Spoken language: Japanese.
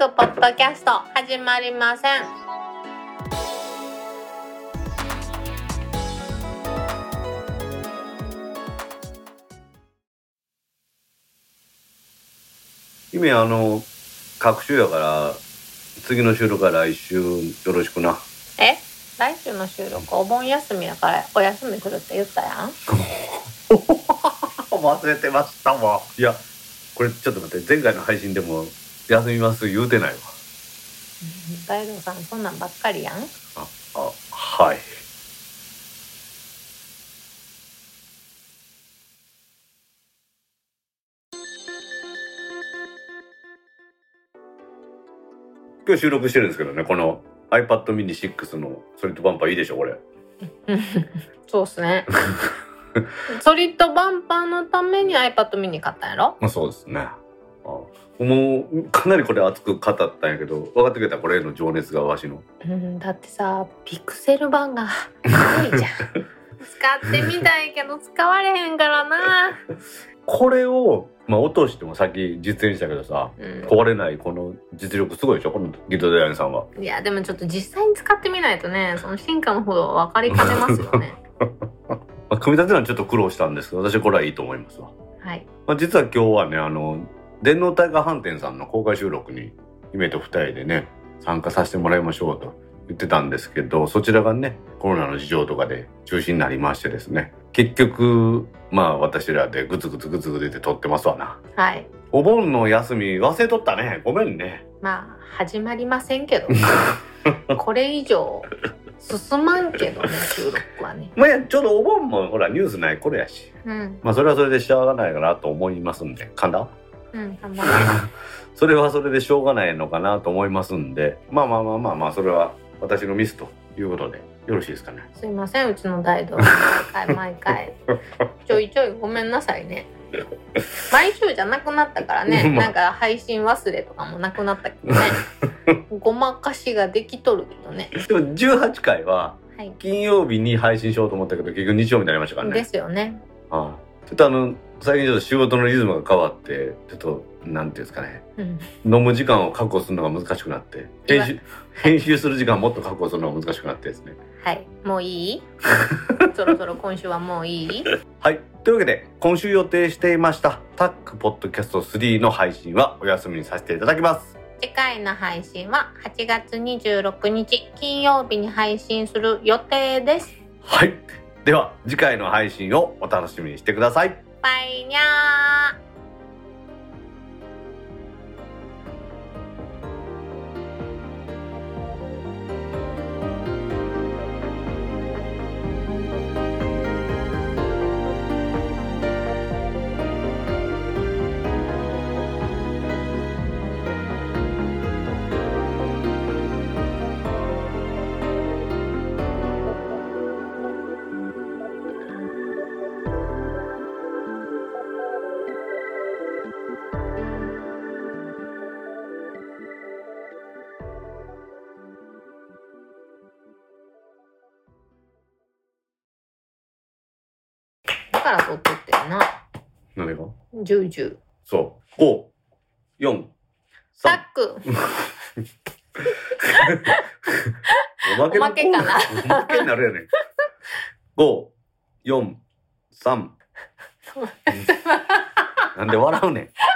クポッドキャスト始まりません。 姫隔週やから次の収録は来週よろしくな。 来週の収録お盆休みやからお休みするって言ったやん。 忘れてましたわ。いやこれちょっと待って、前回の配信でも休みます言うてないわ。 大道さんそんなんばっかりやん。 はい。今日収録してるんですけどね、この iPad mini 6のソリッドバンパーいいでしょこれ。 そうっすね。ソリッドバンパーのために iPad mini 買ったんやろ。 そうですね。もうかなりこれ熱く語ったんやけど、分かってくれたこれへの情熱がわしの。 だってさピクセル版がないじゃん。使ってみたいけど使われへんからな。 これを落としてもさっき実演したけどさ、壊れないこの実力すごいでしょこのギットデザインさんは。 いやでもちょっと実際に使ってみないとね、その進化のほど分かりかねますよね。 組み立てるのはちょっと苦労したんですけど、私これはいいと思いますわ。 はい。 実は今日はね電脳大化飯店さんの公開収録に姫と2人でね参加させてもらいましょうと言ってたんですけど、そちらがねコロナの事情とかで中止になりましてですね、結局私らでグツグツ言って撮ってますわな。 はい。 お盆の休み忘れとったね、ごめんね。 始まりませんけどこれ以上進まんけどね収録はね。 ちょうどお盆もほらニュースない頃やし、それはそれでしょうがないかなと思いますんで、噛んだ？それはそれでしょうがないのかなと思いますんで、それは私のミスということでよろしいですかね。 すいません、うちの大道毎回ちょいちょいごめんなさいね。毎週じゃなくなったからね、なんか配信忘れとかもなくなったけどね。ごまかしができとるけどね。 でも18回は金曜日に配信しようと思ったけど、結局日曜日になりましたからね。 ですよね。 ちょっと最近ちょっと仕事のリズムが変わって、ちょっとなんていうんですかね、飲む時間を確保するのが難しくなって、編集する時間をもっと確保するのが難しくなってですね。 はい、もういい？そろそろ今週はもういい？ はい、というわけで今週予定していましたタックポッドキャスト3の配信はお休みにさせていただきます。 次回の配信は8月26日金曜日に配信する予定です。 はい、では次回の配信をお楽しみにしてください。 バイニャー。だから撮ってってんな。 何が 10 そう5、4、3 タックおまけかな。 おまけになるやねん。5、4、3なんで笑うねん。